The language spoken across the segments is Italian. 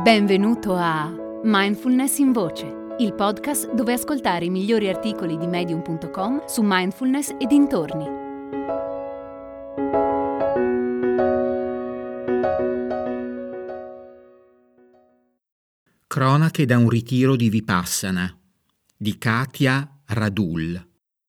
Benvenuto a Mindfulness in Voce, il podcast dove ascoltare i migliori articoli di Medium.com su mindfulness e dintorni. Cronache da un ritiro di Vipassana di Katja Radul.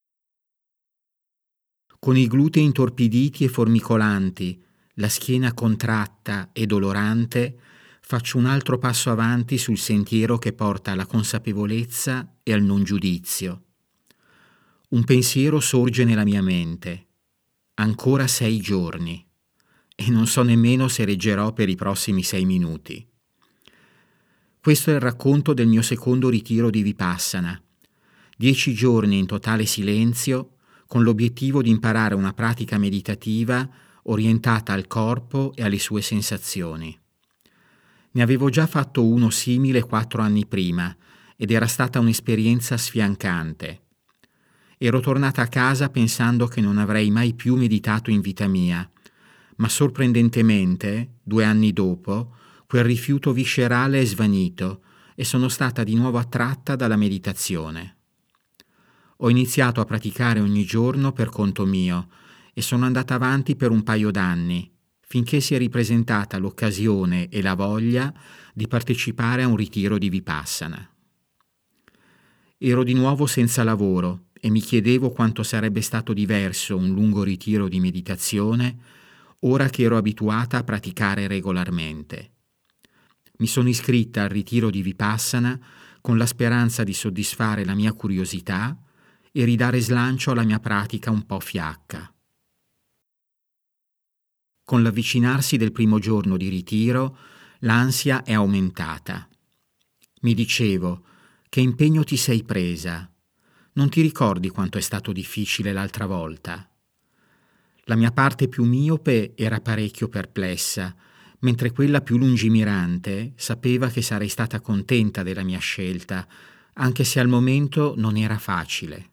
Con i glutei intorpiditi e formicolanti, la schiena contratta e dolorante, faccio un altro passo avanti sul sentiero che porta alla consapevolezza e al non giudizio. Un pensiero sorge nella mia mente. Ancora 6 giorni. E non so nemmeno se reggerò per i prossimi 6 minuti. Questo è il racconto del mio secondo ritiro di Vipassana. 10 giorni in totale silenzio, con l'obiettivo di imparare una pratica meditativa orientata al corpo e alle sue sensazioni. Ne avevo già fatto uno simile 4 anni prima ed era stata un'esperienza sfiancante. Ero tornata a casa pensando che non avrei mai più meditato in vita mia, ma sorprendentemente, 2 anni dopo, quel rifiuto viscerale è svanito e sono stata di nuovo attratta dalla meditazione. Ho iniziato a praticare ogni giorno per conto mio e sono andata avanti per un paio d'anni, finché si è ripresentata l'occasione e la voglia di partecipare a un ritiro di Vipassana. Ero di nuovo senza lavoro e mi chiedevo quanto sarebbe stato diverso un lungo ritiro di meditazione ora che ero abituata a praticare regolarmente. Mi sono iscritta al ritiro di Vipassana con la speranza di soddisfare la mia curiosità e ridare slancio alla mia pratica un po' fiacca. Con l'avvicinarsi del primo giorno di ritiro, l'ansia è aumentata. Mi dicevo, che impegno ti sei presa? Non ti ricordi quanto è stato difficile l'altra volta? La mia parte più miope era parecchio perplessa, mentre quella più lungimirante sapeva che sarei stata contenta della mia scelta, anche se al momento non era facile.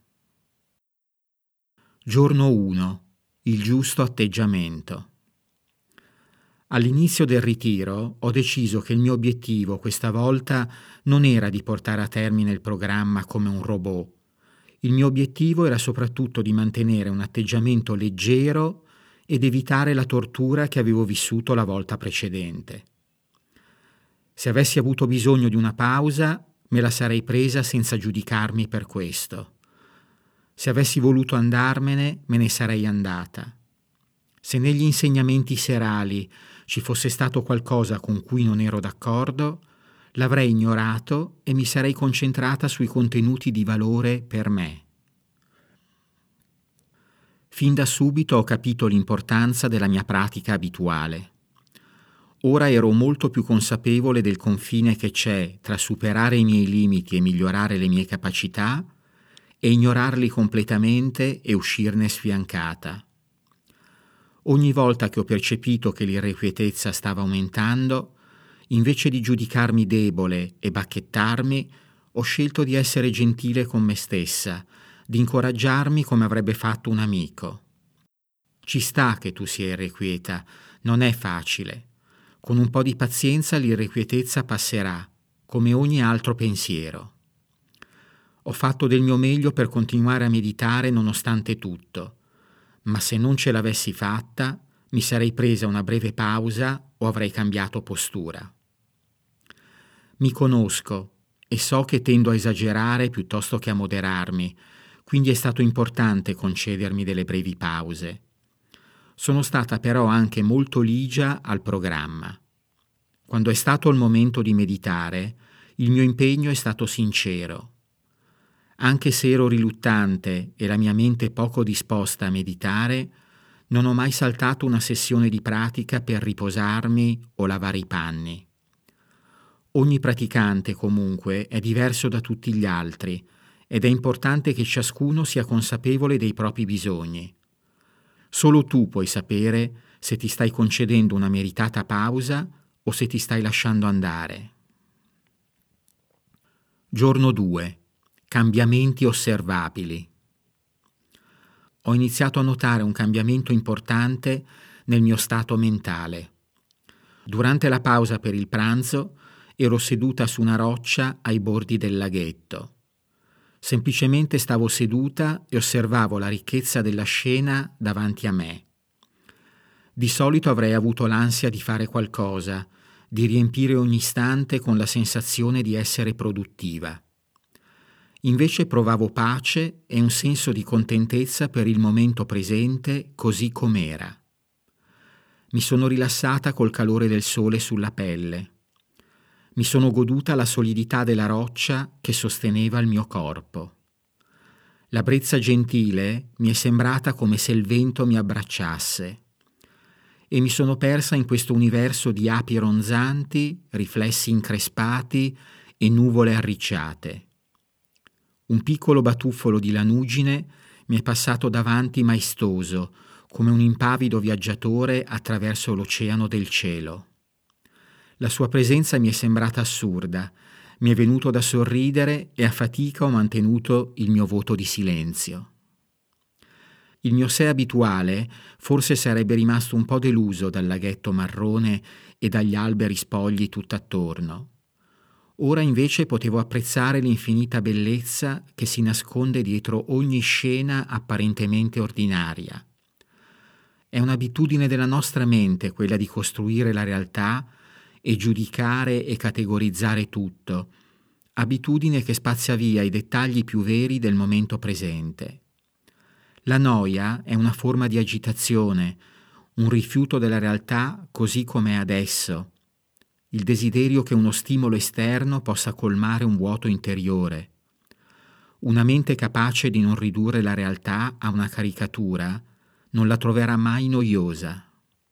Giorno 1. Il giusto atteggiamento. All'inizio del ritiro ho deciso che il mio obiettivo questa volta non era di portare a termine il programma come un robot. Il mio obiettivo era soprattutto di mantenere un atteggiamento leggero ed evitare la tortura che avevo vissuto la volta precedente. Se avessi avuto bisogno di una pausa, me la sarei presa senza giudicarmi per questo. Se avessi voluto andarmene, me ne sarei andata. Se negli insegnamenti serali ci fosse stato qualcosa con cui non ero d'accordo, l'avrei ignorato e mi sarei concentrata sui contenuti di valore per me. Fin da subito ho capito l'importanza della mia pratica abituale. Ora ero molto più consapevole del confine che c'è tra superare i miei limiti e migliorare le mie capacità e ignorarli completamente e uscirne sfiancata. Ogni volta che ho percepito che l'irrequietezza stava aumentando, invece di giudicarmi debole e bacchettarmi, ho scelto di essere gentile con me stessa, di incoraggiarmi come avrebbe fatto un amico. Ci sta che tu sia irrequieta, non è facile. Con un po' di pazienza l'irrequietezza passerà, come ogni altro pensiero. Ho fatto del mio meglio per continuare a meditare nonostante tutto, ma se non ce l'avessi fatta, mi sarei presa una breve pausa o avrei cambiato postura. Mi conosco e so che tendo a esagerare piuttosto che a moderarmi, quindi è stato importante concedermi delle brevi pause. Sono stata però anche molto ligia al programma. Quando è stato il momento di meditare, il mio impegno è stato sincero. Anche se ero riluttante e la mia mente poco disposta a meditare, non ho mai saltato una sessione di pratica per riposarmi o lavare i panni. Ogni praticante, comunque, è diverso da tutti gli altri ed è importante che ciascuno sia consapevole dei propri bisogni. Solo tu puoi sapere se ti stai concedendo una meritata pausa o se ti stai lasciando andare. Giorno 2. Cambiamenti osservabili. Ho iniziato a notare un cambiamento importante nel mio stato mentale. Durante la pausa per il pranzo ero seduta su una roccia ai bordi del laghetto. Semplicemente stavo seduta e osservavo la ricchezza della scena davanti a me. Di solito avrei avuto l'ansia di fare qualcosa, di riempire ogni istante con la sensazione di essere produttiva. Invece provavo pace e un senso di contentezza per il momento presente così com'era. Mi sono rilassata col calore del sole sulla pelle. Mi sono goduta la solidità della roccia che sosteneva il mio corpo. La brezza gentile mi è sembrata come se il vento mi abbracciasse e mi sono persa in questo universo di api ronzanti, riflessi increspati e nuvole arricciate. Un piccolo batuffolo di lanugine mi è passato davanti maestoso, come un impavido viaggiatore attraverso l'oceano del cielo. La sua presenza mi è sembrata assurda, mi è venuto da sorridere e a fatica ho mantenuto il mio voto di silenzio. Il mio sé abituale forse sarebbe rimasto un po' deluso dal laghetto marrone e dagli alberi spogli tutt'attorno. Ora invece potevo apprezzare l'infinita bellezza che si nasconde dietro ogni scena apparentemente ordinaria. È un'abitudine della nostra mente quella di costruire la realtà e giudicare e categorizzare tutto, abitudine che spazza via i dettagli più veri del momento presente. La noia è una forma di agitazione, un rifiuto della realtà così com'è adesso, il desiderio che uno stimolo esterno possa colmare un vuoto interiore. Una mente capace di non ridurre la realtà a una caricatura non la troverà mai noiosa.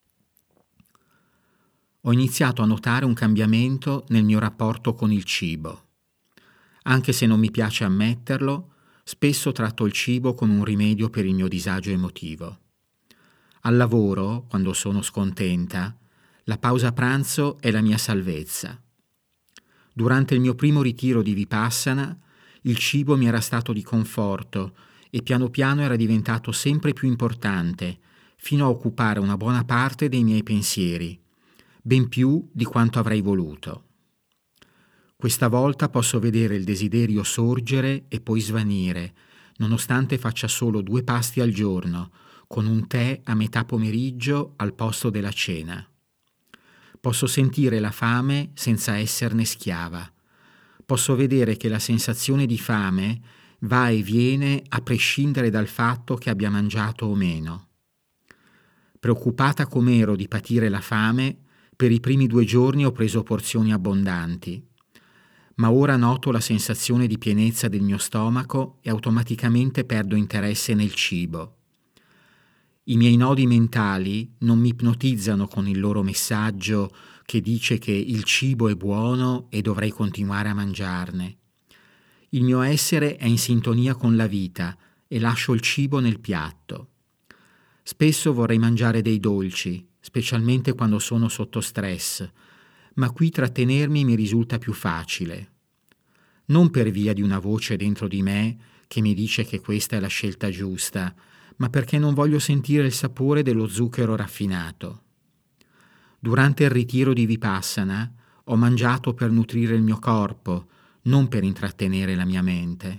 Ho iniziato a notare un cambiamento nel mio rapporto con il cibo. Anche se non mi piace ammetterlo, spesso tratto il cibo come un rimedio per il mio disagio emotivo. Al lavoro, quando sono scontenta, la pausa pranzo è la mia salvezza. Durante il mio primo ritiro di Vipassana, il cibo mi era stato di conforto e piano piano era diventato sempre più importante, fino a occupare una buona parte dei miei pensieri, ben più di quanto avrei voluto. Questa volta posso vedere il desiderio sorgere e poi svanire, nonostante faccia solo 2 pasti al giorno, con un tè a metà pomeriggio al posto della cena. Posso sentire la fame senza esserne schiava. Posso vedere che la sensazione di fame va e viene a prescindere dal fatto che abbia mangiato o meno. Preoccupata com'ero di patire la fame, per i primi 2 giorni ho preso porzioni abbondanti. Ma ora noto la sensazione di pienezza del mio stomaco e automaticamente perdo interesse nel cibo. I miei nodi mentali non mi ipnotizzano con il loro messaggio che dice che il cibo è buono e dovrei continuare a mangiarne. Il mio essere è in sintonia con la vita e lascio il cibo nel piatto. Spesso vorrei mangiare dei dolci, specialmente quando sono sotto stress, ma qui trattenermi mi risulta più facile. Non per via di una voce dentro di me che mi dice che questa è la scelta giusta, ma perché non voglio sentire il sapore dello zucchero raffinato. Durante il ritiro di Vipassana ho mangiato per nutrire il mio corpo, non per intrattenere la mia mente.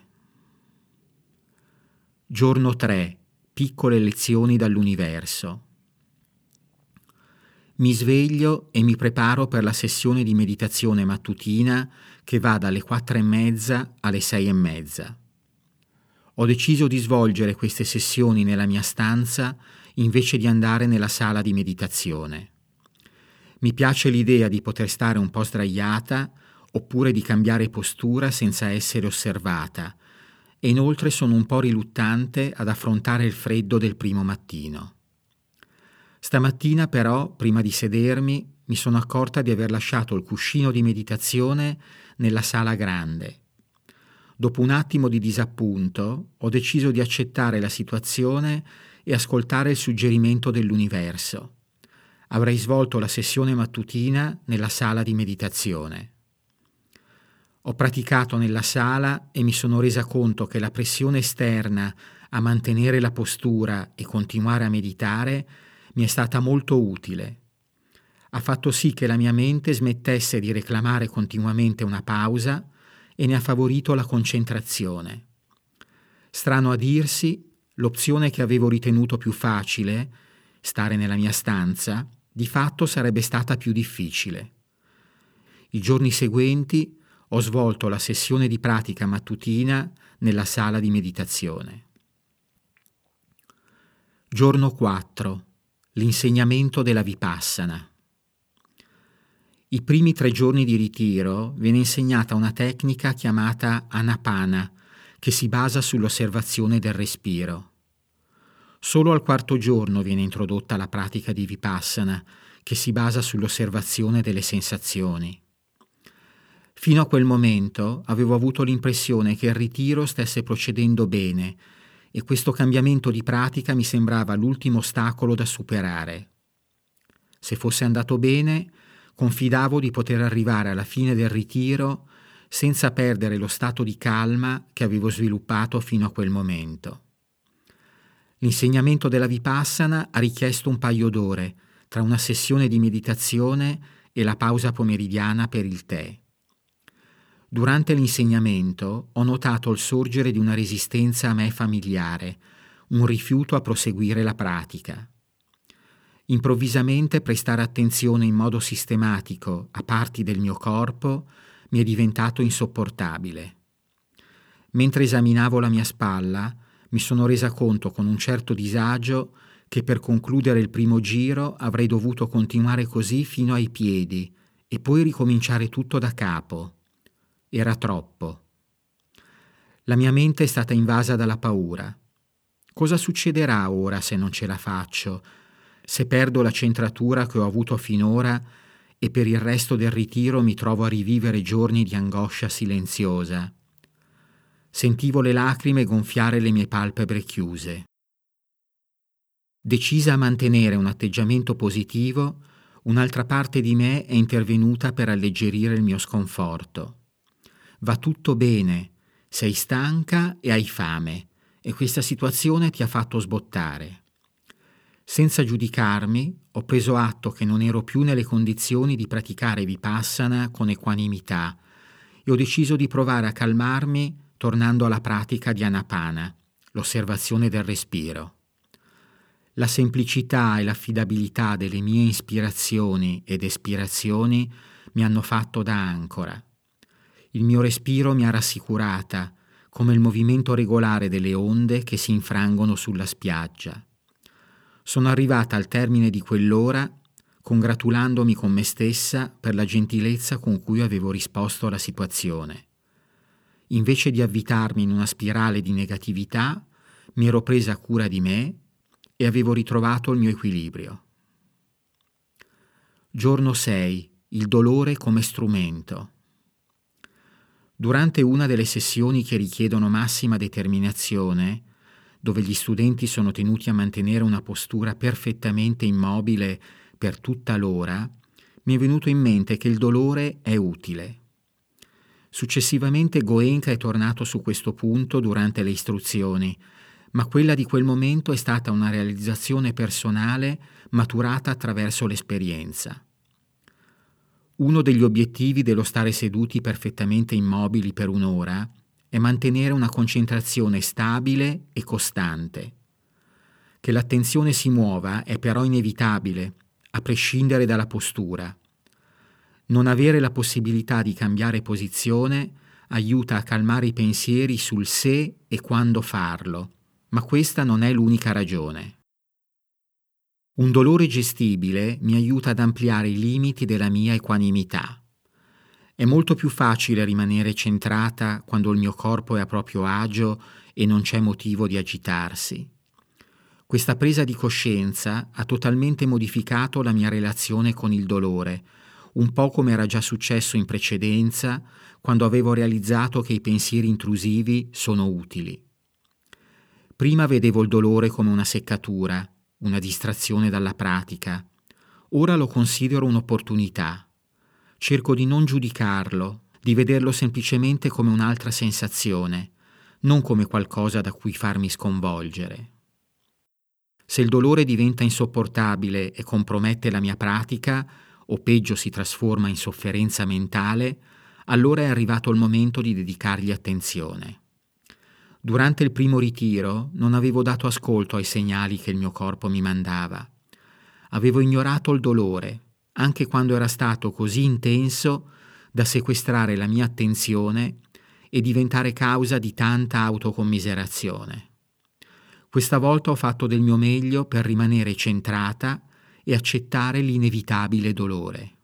Giorno 3. Piccole lezioni dall'universo. Mi sveglio e mi preparo per la sessione di meditazione mattutina che va dalle 4:30 alle 6:30. Ho deciso di svolgere queste sessioni nella mia stanza invece di andare nella sala di meditazione. Mi piace l'idea di poter stare un po' sdraiata oppure di cambiare postura senza essere osservata e inoltre sono un po' riluttante ad affrontare il freddo del primo mattino. Stamattina però, prima di sedermi, mi sono accorta di aver lasciato il cuscino di meditazione nella sala grande. Dopo un attimo di disappunto, ho deciso di accettare la situazione e ascoltare il suggerimento dell'universo. Avrei svolto la sessione mattutina nella sala di meditazione. Ho praticato nella sala e mi sono resa conto che la pressione esterna a mantenere la postura e continuare a meditare mi è stata molto utile. ha fatto sì che la mia mente smettesse di reclamare continuamente una pausa e ne ha favorito la concentrazione. Strano a dirsi, l'opzione che avevo ritenuto più facile, stare nella mia stanza, di fatto sarebbe stata più difficile. I giorni seguenti ho svolto la sessione di pratica mattutina nella sala di meditazione. Giorno 4. L'insegnamento della Vipassana. I primi 3 giorni di ritiro viene insegnata una tecnica chiamata Anapana, che si basa sull'osservazione del respiro. Solo al 4° giorno viene introdotta la pratica di Vipassana, che si basa sull'osservazione delle sensazioni. Fino a quel momento avevo avuto l'impressione che il ritiro stesse procedendo bene e questo cambiamento di pratica mi sembrava l'ultimo ostacolo da superare. Se fosse andato bene, confidavo di poter arrivare alla fine del ritiro senza perdere lo stato di calma che avevo sviluppato fino a quel momento. L'insegnamento della Vipassana ha richiesto un paio d'ore tra una sessione di meditazione e la pausa pomeridiana per il tè. Durante l'insegnamento ho notato il sorgere di una resistenza a me familiare, un rifiuto a proseguire la pratica. Improvvisamente prestare attenzione in modo sistematico a parti del mio corpo mi è diventato insopportabile. Mentre esaminavo la mia spalla, mi sono resa conto con un certo disagio che per concludere il primo giro avrei dovuto continuare così fino ai piedi e poi ricominciare tutto da capo. Era troppo. La mia mente è stata invasa dalla paura. Cosa succederà ora se non ce la faccio? Se perdo la centratura che ho avuto finora e per il resto del ritiro mi trovo a rivivere giorni di angoscia silenziosa. Sentivo le lacrime gonfiare le mie palpebre chiuse. Decisa a mantenere un atteggiamento positivo, un'altra parte di me è intervenuta per alleggerire il mio sconforto. Va tutto bene, sei stanca e hai fame, e questa situazione ti ha fatto sbottare. Senza giudicarmi, ho preso atto che non ero più nelle condizioni di praticare Vipassana con equanimità e ho deciso di provare a calmarmi tornando alla pratica di Anapana, l'osservazione del respiro. La semplicità e l'affidabilità delle mie ispirazioni ed espirazioni mi hanno fatto da ancora. Il mio respiro mi ha rassicurata, come il movimento regolare delle onde che si infrangono sulla spiaggia. Sono arrivata al termine di quell'ora congratulandomi con me stessa per la gentilezza con cui avevo risposto alla situazione. Invece di avvitarmi in una spirale di negatività, mi ero presa cura di me e avevo ritrovato il mio equilibrio. Giorno 6. Il dolore come strumento. Durante una delle sessioni che richiedono massima determinazione, dove gli studenti sono tenuti a mantenere una postura perfettamente immobile per tutta l'ora, mi è venuto in mente che il dolore è utile. Successivamente Goenka è tornato su questo punto durante le istruzioni, ma quella di quel momento è stata una realizzazione personale maturata attraverso l'esperienza. Uno degli obiettivi dello stare seduti perfettamente immobili per un'ora è mantenere una concentrazione stabile e costante. Che l'attenzione si muova è però inevitabile, a prescindere dalla postura. Non avere la possibilità di cambiare posizione aiuta a calmare i pensieri sul se e quando farlo, ma questa non è l'unica ragione. Un dolore gestibile mi aiuta ad ampliare i limiti della mia equanimità. È molto più facile rimanere centrata quando il mio corpo è a proprio agio e non c'è motivo di agitarsi. Questa presa di coscienza ha totalmente modificato la mia relazione con il dolore, un po' come era già successo in precedenza, quando avevo realizzato che i pensieri intrusivi sono utili. Prima vedevo il dolore come una seccatura, una distrazione dalla pratica. Ora lo considero un'opportunità. Cerco di non giudicarlo, di vederlo semplicemente come un'altra sensazione, non come qualcosa da cui farmi sconvolgere. Se il dolore diventa insopportabile e compromette la mia pratica, o peggio si trasforma in sofferenza mentale, allora è arrivato il momento di dedicargli attenzione. Durante il primo ritiro non avevo dato ascolto ai segnali che il mio corpo mi mandava. Avevo ignorato il dolore, anche quando era stato così intenso da sequestrare la mia attenzione e diventare causa di tanta autocommiserazione. Questa volta ho fatto del mio meglio per rimanere centrata e accettare l'inevitabile dolore.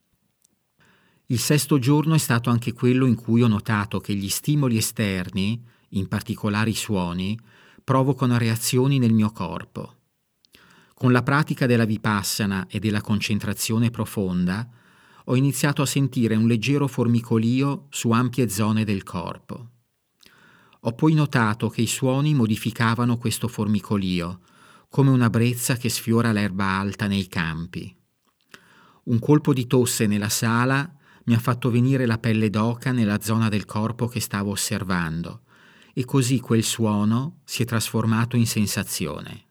Il sesto giorno è stato anche quello in cui ho notato che gli stimoli esterni, in particolare i suoni, provocano reazioni nel mio corpo. Con la pratica della Vipassana e della concentrazione profonda, ho iniziato a sentire un leggero formicolio su ampie zone del corpo. Ho poi notato che i suoni modificavano questo formicolio, come una brezza che sfiora l'erba alta nei campi. Un colpo di tosse nella sala mi ha fatto venire la pelle d'oca nella zona del corpo che stavo osservando, e così quel suono si è trasformato in sensazione.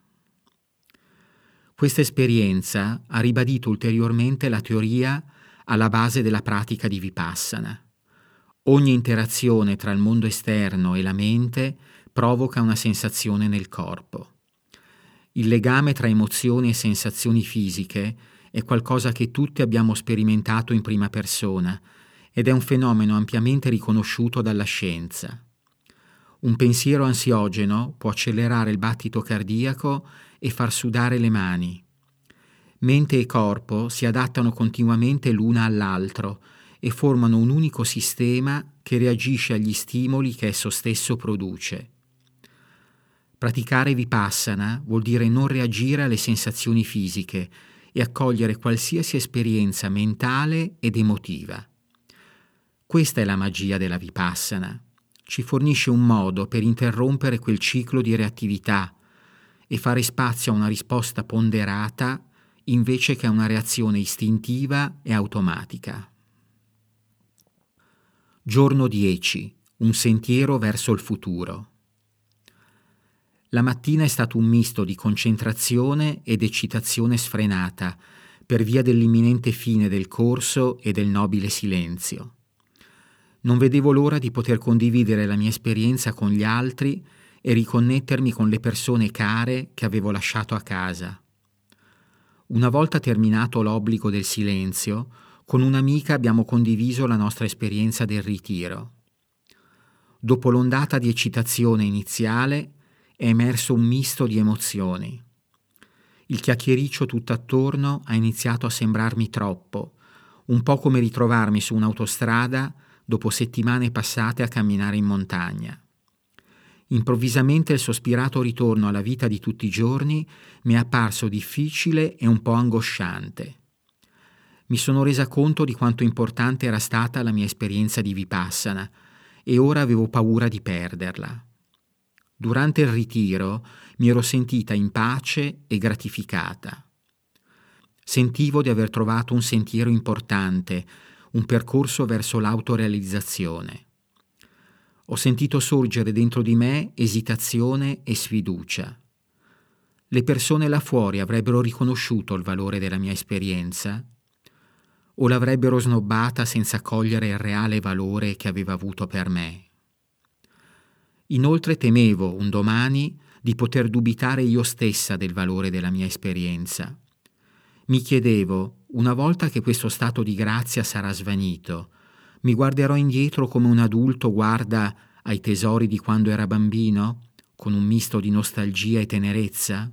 Questa esperienza ha ribadito ulteriormente la teoria alla base della pratica di Vipassana. Ogni interazione tra il mondo esterno e la mente provoca una sensazione nel corpo. Il legame tra emozioni e sensazioni fisiche è qualcosa che tutti abbiamo sperimentato in prima persona ed è un fenomeno ampiamente riconosciuto dalla scienza. Un pensiero ansiogeno può accelerare il battito cardiaco e far sudare le mani. Mente e corpo si adattano continuamente l'una all'altro e formano un unico sistema che reagisce agli stimoli che esso stesso produce. Praticare Vipassana vuol dire non reagire alle sensazioni fisiche e accogliere qualsiasi esperienza mentale ed emotiva. Questa è la magia della Vipassana. Ci fornisce un modo per interrompere quel ciclo di reattività e fare spazio a una risposta ponderata invece che a una reazione istintiva e automatica. Giorno 10. Un sentiero verso il futuro. La mattina è stato un misto di concentrazione ed eccitazione sfrenata per via dell'imminente fine del corso e del nobile silenzio. Non vedevo l'ora di poter condividere la mia esperienza con gli altri e riconnettermi con le persone care che avevo lasciato a casa. Una volta terminato l'obbligo del silenzio, con un'amica abbiamo condiviso la nostra esperienza del ritiro. Dopo l'ondata di eccitazione iniziale è emerso un misto di emozioni. Il chiacchiericcio tutt'attorno ha iniziato a sembrarmi troppo, un po' come ritrovarmi su un'autostrada dopo settimane passate a camminare in montagna. Improvvisamente il sospirato ritorno alla vita di tutti i giorni mi è apparso difficile e un po' angosciante. Mi sono resa conto di quanto importante era stata la mia esperienza di Vipassana e ora avevo paura di perderla. Durante il ritiro mi ero sentita in pace e gratificata. Sentivo di aver trovato un sentiero importante, un percorso verso l'autorealizzazione. Ho sentito sorgere dentro di me esitazione e sfiducia. Le persone là fuori avrebbero riconosciuto il valore della mia esperienza? O l'avrebbero snobbata senza cogliere il reale valore che aveva avuto per me? Inoltre temevo un domani di poter dubitare io stessa del valore della mia esperienza. Mi chiedevo, una volta che questo stato di grazia sarà svanito, mi guarderò indietro come un adulto guarda ai tesori di quando era bambino, con un misto di nostalgia e tenerezza?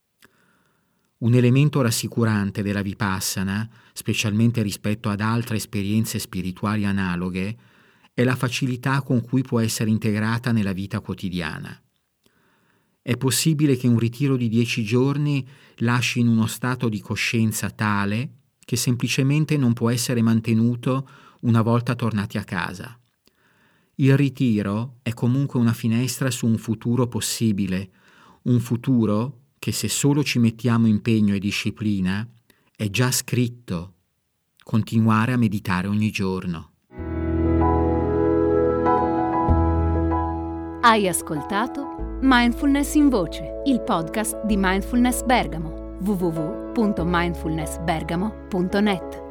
Un elemento rassicurante della Vipassana, specialmente rispetto ad altre esperienze spirituali analoghe, è la facilità con cui può essere integrata nella vita quotidiana. È possibile che un ritiro di 10 giorni lasci in uno stato di coscienza tale che semplicemente non può essere mantenuto una volta tornati a casa. Il ritiro è comunque una finestra su un futuro possibile, un futuro che se solo ci mettiamo impegno e disciplina è già scritto. Continuare a meditare ogni giorno. Hai ascoltato Mindfulness in Voce, il podcast di Mindfulness Bergamo. www.mindfulnessbergamo.net.